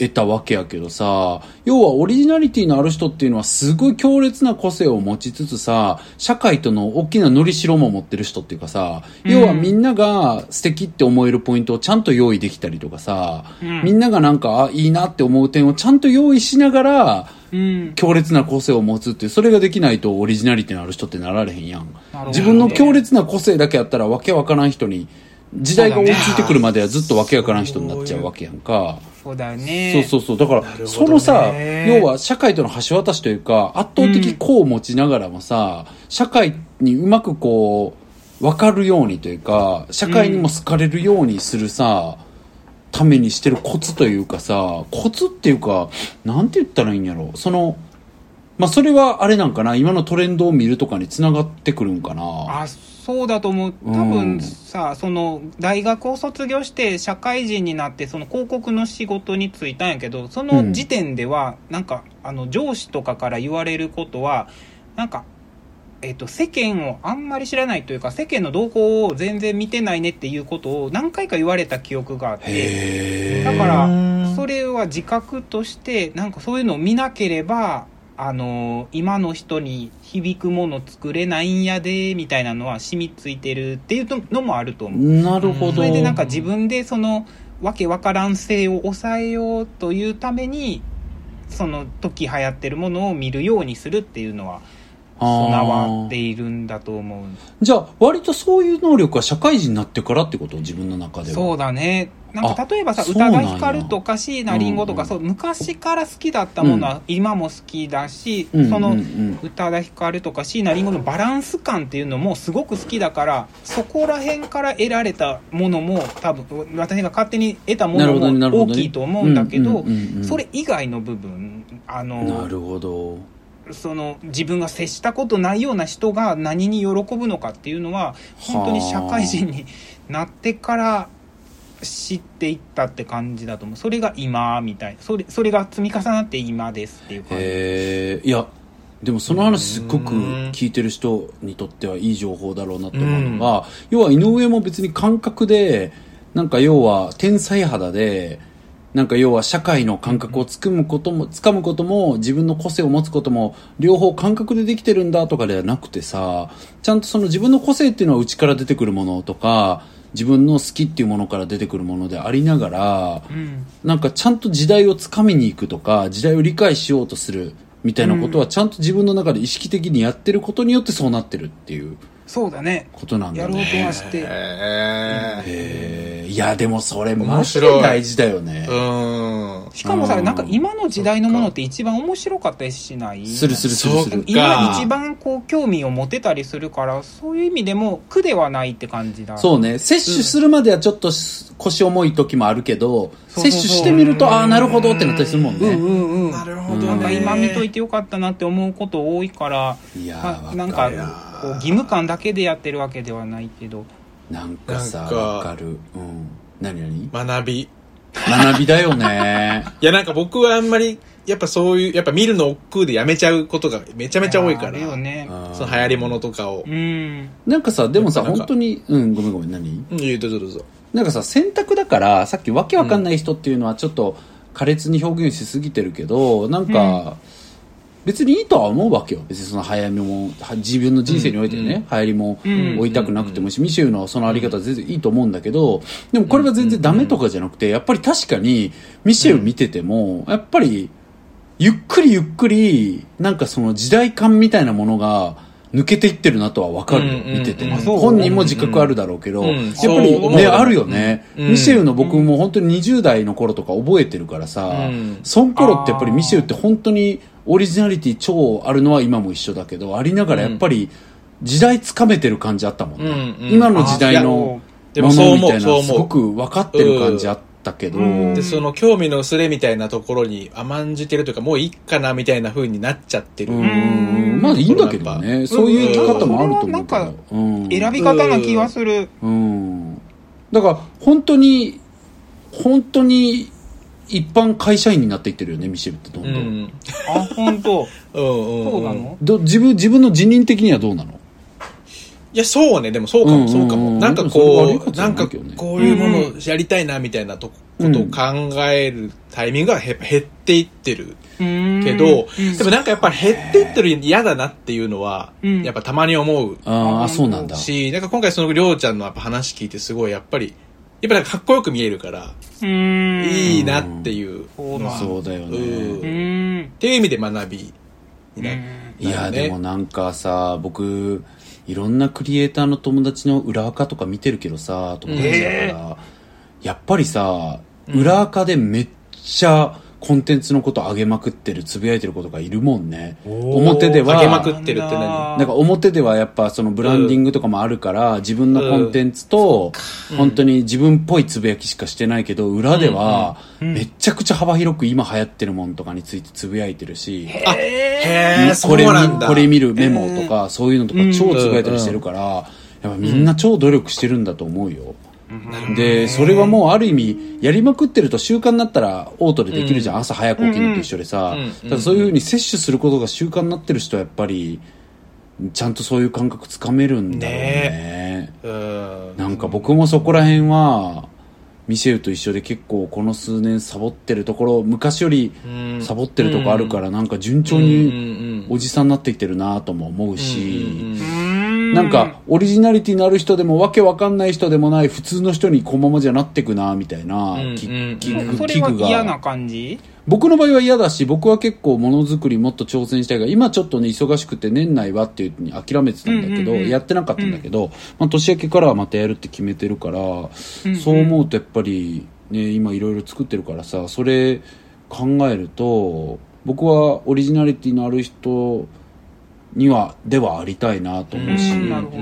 得たわけやけどさ、要はオリジナリティのある人っていうのはすごい強烈な個性を持ちつつさ、社会との大きなのりしろも持ってる人っていうかさ、要はみんなが素敵って思えるポイントをちゃんと用意できたりとかさ、みんながなんかいいなって思う点をちゃんと用意しながら、強烈な個性を持つっていう、それができないとオリジナリティのある人ってなられへんやん。自分の強烈な個性だけやったらわけわからん人に、時代が追いついてくるまではずっとわけわからん人になっちゃうわけやんか。 そうだよね。 そう。だから、そのさ、要は社会との橋渡しというか、圧倒的功を持ちながらもさ、社会にうまくこう、わかるようにというか、社会にも好かれるようにするさ、ためにしてるコツというかさ、コツっていうか、なんて言ったらいいんやろ。まあ、それはあれなんかな、今のトレンドを見るとかに繋がってくるんかな。 あ、そうだと思う。多分さ、大学を卒業して社会人になって広告の仕事に就いたんやけど、その時点ではなんか上司とかから言われることはなんか世間をあんまり知らないというか、世間の動向を全然見てないねっていうことを何回か言われた記憶があって、だからそれは自覚としてなんかそういうのを見なければ今の人に響くもの作れないんやでみたいなのは染みついてるっていうのもあると思う。 なるほど。 それでなんか自分でわけわからん性を抑えようというためにその時流行ってるものを見るようにするっていうのは備わっているんだと思う。 じゃあ割とそういう能力は社会人になってからってこと？自分の中では。 そうだね。なんか例えばさ、宇多田ヒカルとか椎名林檎とか、昔から好きだったものは今も好きだし、宇多田ヒカルとか椎名林檎のバランス感っていうのもすごく好きだから、そこら辺から得られたものも多分私が勝手に得たものも大きいと思うんだけど、それ以外の部分なるほど。 自分が接したことないような人が何に喜ぶのかっていうのは本当に社会人になってから知っていったって感じだと思う。それが今みたいな、それが積み重なって今ですっていう感じ。 いやでもその話すっごく聞いてる人にとってはいい情報だろうなと思うのが、要は井上も別に感覚でなんか要は天才肌でなんか要は社会の感覚をつかむことも自分の個性を持つことも両方感覚でできてるんだとかではなくてさ、ちゃんと自分の個性っていうのは内から出てくるものとか自分の好きっていうものから出てくるものでありながら、なんかちゃんと時代をつかみに行くとか時代を理解しようとするみたいなことはちゃんと自分の中で意識的にやってることによってそうなってるっていうそうだね。 ことなんだね。 やろうとはして。 いやでもそれマジで大事だよね。 しかもさ、なんか今の時代のものって一番面白かったりしない？ する。 今一番興味を持てたりするから、そういう意味でも苦ではないって感じだ。 そうね。摂取するまではちょっと腰重い時もあるけど、摂取してみるとなるほどってなったりするもんね。 なるほどね。なんか今見といてよかったなって思うこと多いから、なんか義務感だけでやってるわけではないけど、 なんかさわかる。何学びだよね。 いやなんか僕はあんまりやっぱそういうやっぱ見るの億劫でやめちゃうことがめちゃめちゃ多いから、 よね、 その流行り物とかを。 なんかさでもさ本当にごめん何？ どうぞ。 なんかさ選択だからさっきわけわかんない人っていうのはちょっと苛烈に表現しすぎてるけど、なんか、別にいいとは思うわけよ。別にその流行りも自分の人生においてね、流行りも追いたくなくてもし、ミシェルのそのあり方は全然いいと思うんだけど、でもこれが全然ダメとかじゃなくて、やっぱり確かにミシェル見ててもやっぱりゆっくりなんかその時代感みたいなものが抜けていってるなとは分かるよ、見てて、本人も自覚あるだろうけど、やっぱりねあるよね。ミシェルの僕も本当に20代の頃とか覚えてるからさ、その頃ってやっぱりミシェルって本当にオリジナリティ超あるのは今も一緒だけど、ありながらやっぱり時代つかめてる感じあったもんね。今の時代のものみたいなすごく分かってる感じあったけど、 でその興味の薄れみたいなところに甘んじてるというか、もういいかなみたいな風になっちゃってる。 まあいいんだけどね、そういう生き方もあると思うけど、 なんか選び方な気はする。 だから本当に一般会社員になっていってるよね、ミシェルってどんどん。 本当。そうなの？ 自分の辞任的にはどうなの？ いやそうね、でもそうかも。なんかこういうものをやりたいなみたいなとこことを考えるタイミングが減っていってるけど、でもなんかやっぱり減っていってる嫌だなっていうのは、やっぱたまに思うそうなんだし、なんか今回そのりょうちゃんのやっぱ話聞いてすごいやっぱりなんかかっこよく見えるからいいなっていうそうだよねっていう意味で学びになる、 いやでもなんかさ、僕いろんなクリエイターの友達の裏垢とか見てるけどさ、友達だからやっぱりさ、裏垢でめっちゃコンテンツのこと上げまくってる、つぶやいてる子とかいるもんね。表では上げまくってるって何？ なんか表ではやっぱそのブランディングとかもあるから、自分のコンテンツと本当に自分っぽいつぶやきしかしてないけど、裏ではめちゃくちゃ幅広く今流行ってるものとかについてつぶやいてるし、これ見るメモとかそういうのとか超つぶやいたりしてるから、やっぱみんな超努力してるんだと思うよ。でそれはもうある意味やりまくってると習慣になったらオートでできるじゃん、朝早く起きるのと一緒でさ、ただそういう風に摂取することが習慣になってる人はやっぱりちゃんとそういう感覚つかめるんだよね。なんか僕もそこら辺はミシェルと一緒で結構この数年サボってるところ、昔よりサボってるとこあるから、なんか順調におじさんになってきてるなとも思うし、なんかオリジナリティのある人でもわけわかんない人でもない普通の人にこのままじゃなってくなみたいなそれは嫌な感じ？ 僕の場合は嫌だし、僕は結構ものづくりもっと挑戦したいから、今ちょっとね忙しくて年内はっていう風に諦めてたんだけど、やってなかったんだけど、年明けからはまたやるって決めてるから、そう思うとやっぱりね、今いろいろ作ってるからさ、それ考えると僕はオリジナリティのある人にはではありたいなと思うし、 なるほ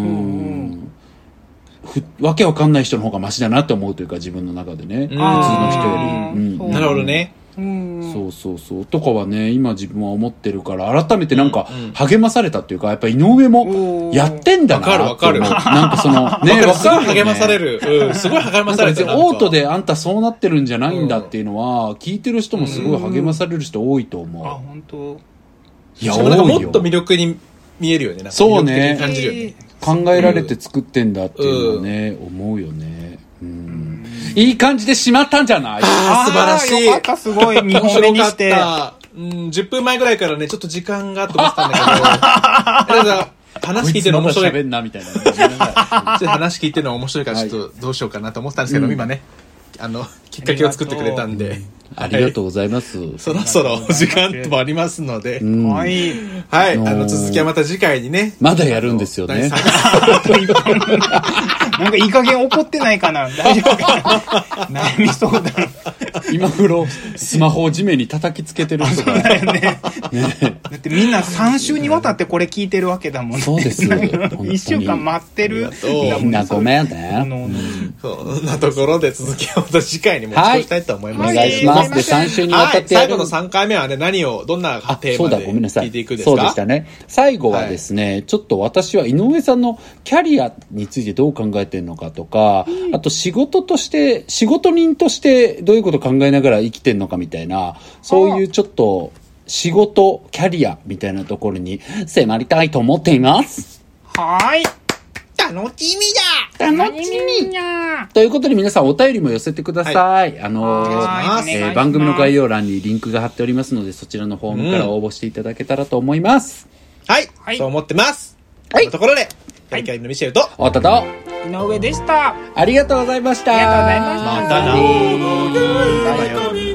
ど。 わけわかんない人の方がマシだなって思うというか、自分の中でね、普通の人より、 なるほどね。 そうとかはね、今自分は思ってるから、改めてなんか励まされたっていうか、やっぱ井上もやってんだな。 わかる。 なんかそのね、すごい励まされる。すごい励まされてる。 オートであんたそうなってるんじゃないんだっていうのは、聞いてる人もすごい励まされる人多いと思う。 本当。 いや、なんかもっと魅力に見えるよね。なんかそうね。 感じるよね。 考えられて作ってんだっていうのはね、思うよね。いい感じで締まったんじゃない？ 素晴らしい。 よかった、すごい。2本目にして。 10分前ぐらいからね、ちょっと時間があって思ってたんだけど、話聞いてるの面白い。 喋んなみたいな。 話聞いてるの面白いから、ちょっとどうしようかなと思ったんですけど、今ね、きっかけを作ってくれたんで。 ありがとうございます。 そろそろお時間もありますので。はい。続きはまた次回にね。 まだやるんですよね。 なんかいい加減怒ってないかな、大丈夫かな、悩み相談。 今頃スマホを地面に叩きつけてる人が。 だよね。だってみんな3週にわたってこれ聞いてるわけだもんね。 そうです。 1週間待ってる。 みんなごめんね。 そんなところで続きをまた次回に持ち越したいと思います。 お願いします。で3週にわたって最後の3回目はね、どんなテーマで聞いていくんですか？ そうでしたね。最後はですね、ちょっと私は井上さんのキャリアについてどう考えてるのかとか、あと仕事人としてどういうことを考えながら生きてるのかみたいな、そういうちょっと仕事キャリアみたいなところに迫りたいと思っています。 はい。 楽しみだ。 ということで皆さんお便りも寄せてください。番組の概要欄にリンクが貼っておりますので、そちらのフォームから応募していただけたらと思います。 はい。そう思ってます。というところで、大会のミシェルと、 おたと、 井上でした。 ありがとうございました。 ありがとうございました。 またね。バイバイ。